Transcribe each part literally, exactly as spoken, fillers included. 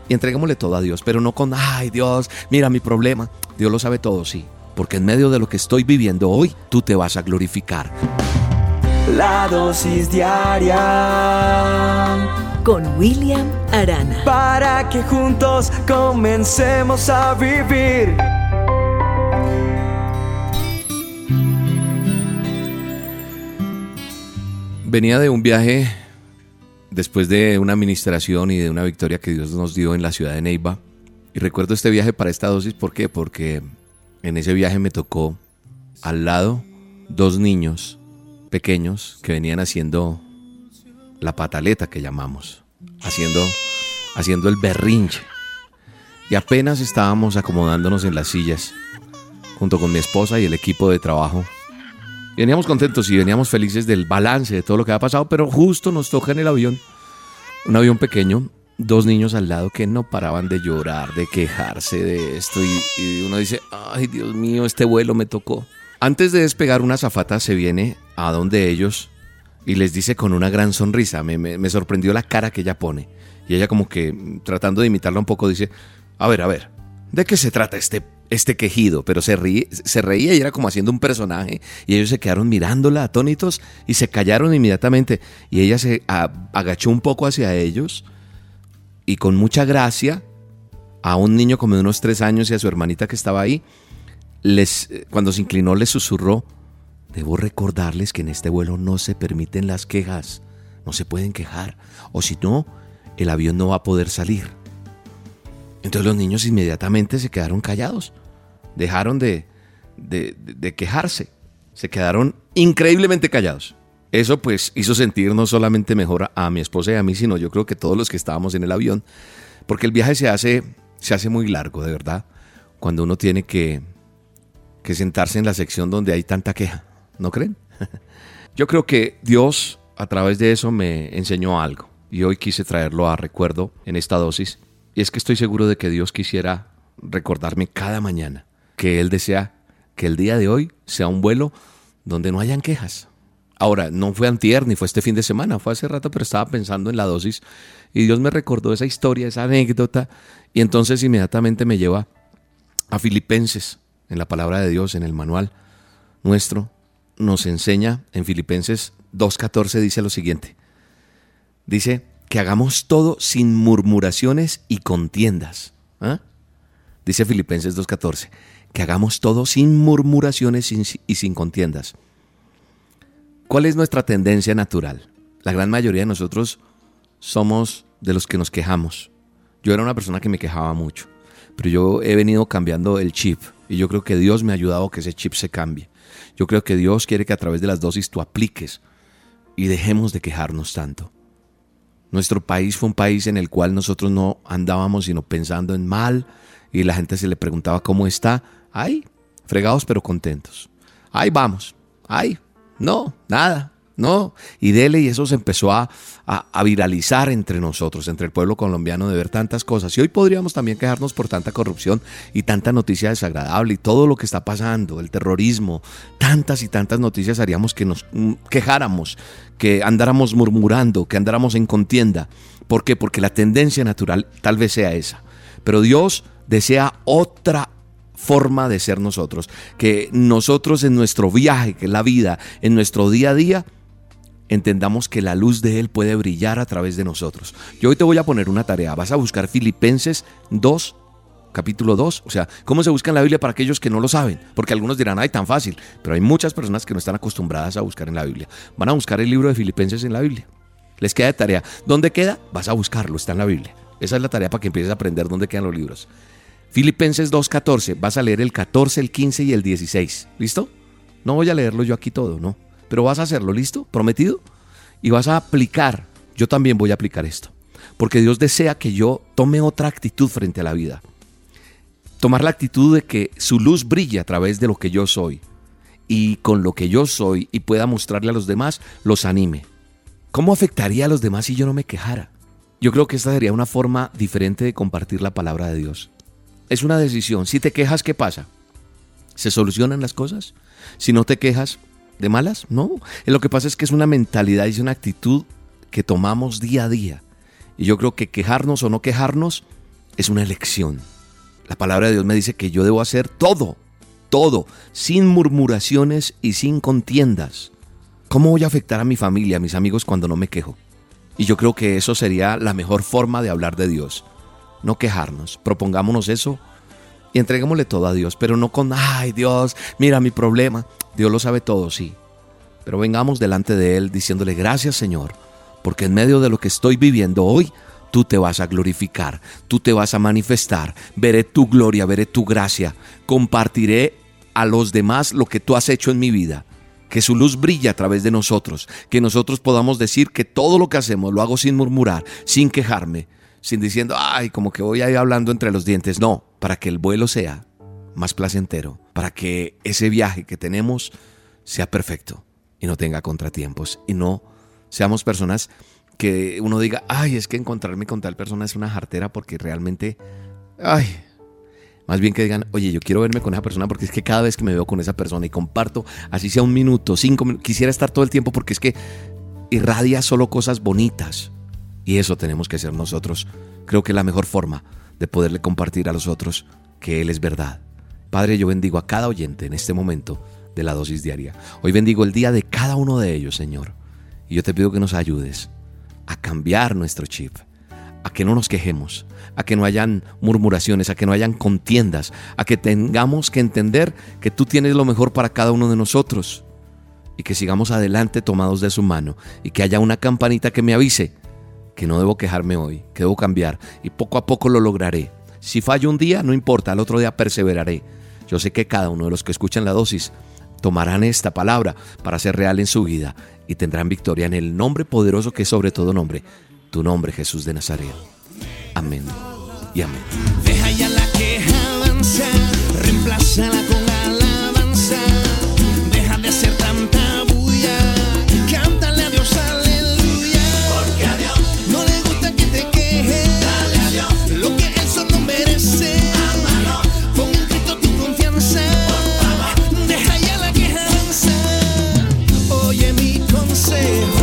y entreguémosle todo a Dios, pero no con, ay Dios, mira mi problema. Dios lo sabe todo, sí, porque en medio de lo que estoy viviendo hoy, tú te vas a glorificar. La dosis diaria con William Arana, para que juntos comencemos a vivir. Venía de un viaje después de una administración y de una victoria que Dios nos dio en la ciudad de Neiva. Y recuerdo este viaje para esta dosis, ¿por qué? Porque en ese viaje me tocó al lado dos niños pequeños que venían haciendo la pataleta que llamamos, haciendo, haciendo el berrinche. Y apenas estábamos acomodándonos en las sillas, junto con mi esposa y el equipo de trabajo. Veníamos contentos y veníamos felices del balance de todo lo que había pasado, pero justo nos toca en el avión, un avión pequeño, dos niños al lado que no paraban de llorar, de quejarse de esto, y, y uno dice, ay Dios mío, este vuelo me tocó. Antes de despegar, una azafata se viene a donde ellos y les dice con una gran sonrisa, me, me, me sorprendió la cara que ella pone, y ella como que tratando de imitarla un poco dice, a ver, a ver, ¿de qué se trata este este quejido? Pero se, ríe, se reía y era como haciendo un personaje, y ellos se quedaron mirándola atónitos y se callaron inmediatamente, y ella se a, agachó un poco hacia ellos y con mucha gracia a un niño como de unos tres años y a su hermanita que estaba ahí, les, cuando se inclinó les susurró, debo recordarles que en este vuelo no se permiten las quejas, no se pueden quejar, o si no, el avión no va a poder salir. Entonces los niños inmediatamente se quedaron callados, dejaron de, de, de, de quejarse, se quedaron increíblemente callados. Eso pues hizo sentir no solamente mejor a, a mi esposa y a mí, sino yo creo que todos los que estábamos en el avión, porque el viaje se hace, se hace muy largo, de verdad, cuando uno tiene que, que sentarse en la sección donde hay tanta queja, ¿no creen? Yo creo que Dios a través de eso me enseñó algo, y hoy quise traerlo a recuerdo en esta dosis. Y es que estoy seguro de que Dios quisiera recordarme cada mañana que Él desea que el día de hoy sea un vuelo donde no hayan quejas. Ahora, no fue antier ni fue este fin de semana, fue hace rato, pero estaba pensando en la dosis y Dios me recordó esa historia, esa anécdota, y entonces inmediatamente me lleva a Filipenses. En la palabra de Dios, en el manual nuestro, nos enseña en Filipenses dos catorce, dice lo siguiente. Dice que hagamos todo sin murmuraciones y contiendas. ¿Ah? Dice Filipenses dos catorce, que hagamos todo sin murmuraciones y sin contiendas. ¿Cuál es nuestra tendencia natural? La gran mayoría de nosotros somos de los que nos quejamos. Yo era una persona que me quejaba mucho, pero yo he venido cambiando el chip y yo creo que Dios me ha ayudado a que ese chip se cambie. Yo creo que Dios quiere que a través de las dosis tú apliques y dejemos de quejarnos tanto. Nuestro país fue un país en el cual nosotros no andábamos sino pensando en mal, y la gente se le preguntaba cómo está. Ay, fregados pero contentos. Ay, vamos. Ay, no, nada, no. Y dele, y eso se empezó a, a, a viralizar entre nosotros, entre el pueblo colombiano, de ver tantas cosas. Y hoy podríamos también quejarnos por tanta corrupción y tanta noticia desagradable y todo lo que está pasando, el terrorismo, tantas y tantas noticias haríamos que nos quejáramos, que andáramos murmurando, que andáramos en contienda. ¿Por qué? Porque la tendencia natural tal vez sea esa. Pero Dios desea otra forma de ser nosotros, que nosotros en nuestro viaje, que es la vida, en nuestro día a día, entendamos que la luz de Él puede brillar a través de nosotros. Yo hoy te voy a poner una tarea, vas a buscar Filipenses dos, capítulo dos, o sea, ¿cómo se busca en la Biblia para aquellos que no lo saben? Porque algunos dirán, ay, tan fácil, pero hay muchas personas que no están acostumbradas a buscar en la Biblia. Van a buscar el libro de Filipenses en la Biblia. Les queda de tarea. ¿Dónde queda? Vas a buscarlo, está en la Biblia. Esa es la tarea para que empieces a aprender dónde quedan los libros. Filipenses dos catorce, vas a leer el catorce, el quince y el dieciséis. ¿Listo? No voy a leerlo yo aquí todo, no. Pero vas a hacerlo, ¿listo? ¿Prometido? Y vas a aplicar. Yo también voy a aplicar esto. Porque Dios desea que yo tome otra actitud frente a la vida. Tomar la actitud de que su luz brille a través de lo que yo soy. Y con lo que yo soy y pueda mostrarle a los demás, los anime. ¿Cómo afectaría a los demás si yo no me quejara? Yo creo que esta sería una forma diferente de compartir la palabra de Dios. Es una decisión. Si te quejas, ¿qué pasa? ¿Se solucionan las cosas? Si no te quejas, ¿de malas? No. Lo que pasa es que es una mentalidad y es una actitud que tomamos día a día. Y yo creo que quejarnos o no quejarnos es una elección. La palabra de Dios me dice que yo debo hacer todo, todo, sin murmuraciones y sin contiendas. ¿Cómo voy a afectar a mi familia, a mis amigos cuando no me quejo? Y yo creo que eso sería la mejor forma de hablar de Dios. No quejarnos, propongámonos eso y entreguémosle todo a Dios, pero no con, ay Dios, mira mi problema. Dios lo sabe todo, sí. Pero vengamos delante de Él diciéndole gracias Señor, porque en medio de lo que estoy viviendo hoy, tú te vas a glorificar, tú te vas a manifestar, veré tu gloria, veré tu gracia, compartiré a los demás lo que tú has hecho en mi vida. Que su luz brille a través de nosotros, que nosotros podamos decir que todo lo que hacemos lo hago sin murmurar, sin quejarme, sin diciendo, ay, como que voy ahí hablando entre los dientes. No, para que el vuelo sea más placentero, para que ese viaje que tenemos sea perfecto y no tenga contratiempos y no seamos personas que uno diga, ay, es que encontrarme con tal persona es una jartera porque realmente, ay... Más bien que digan, oye, yo quiero verme con esa persona porque es que cada vez que me veo con esa persona y comparto, así sea un minuto, cinco minutos, quisiera estar todo el tiempo porque es que irradia solo cosas bonitas. Y eso tenemos que hacer nosotros. Creo que es la mejor forma de poderle compartir a los otros que Él es verdad. Padre, yo bendigo a cada oyente en este momento de la dosis diaria. Hoy bendigo el día de cada uno de ellos, Señor. Y yo te pido que nos ayudes a cambiar nuestro chip, a que no nos quejemos, a que no hayan murmuraciones, a que no hayan contiendas, a que tengamos que entender que tú tienes lo mejor para cada uno de nosotros y que sigamos adelante tomados de su mano y que haya una campanita que me avise que no debo quejarme hoy, que debo cambiar y poco a poco lo lograré. Si fallo un día, no importa, al otro día perseveraré. Yo sé que cada uno de los que escuchan la dosis tomarán esta palabra para ser real en su vida y tendrán victoria en el nombre poderoso que es sobre todo nombre, tu nombre, Jesús de Nazaret. Amén y amén. Deja ya la queja avanza, reemplázala con alabanza. Deja de hacer tanta bulla, cántale a Dios aleluya. Porque a Dios no le gusta que te quejes. Dale a Dios lo que Él solo merece. Ámalo. Pon en Cristo tu confianza. Deja ya la queja avanza. Oye mi consejo.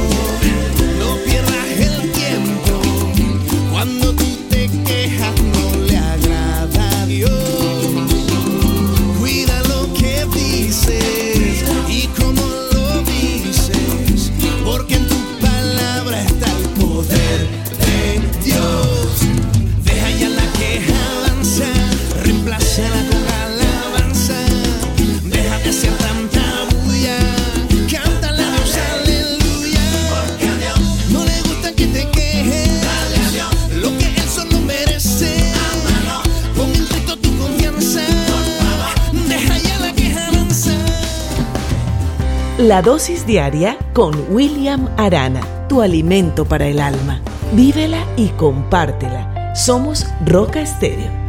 Cuando tú te quejas no le agrada a Dios. Cuida lo que dices y cómo lo dices, porque en tu palabra está el poder de Dios. Deja ya la queja avanza, reemplázala con alabanza. Deja de hacer tanta bulla, cántale a Dios aleluya. Porque a Dios no le gusta que te quejes. La dosis diaria con William Arana, tu alimento para el alma. Vívela y compártela. Somos Roca Estéreo.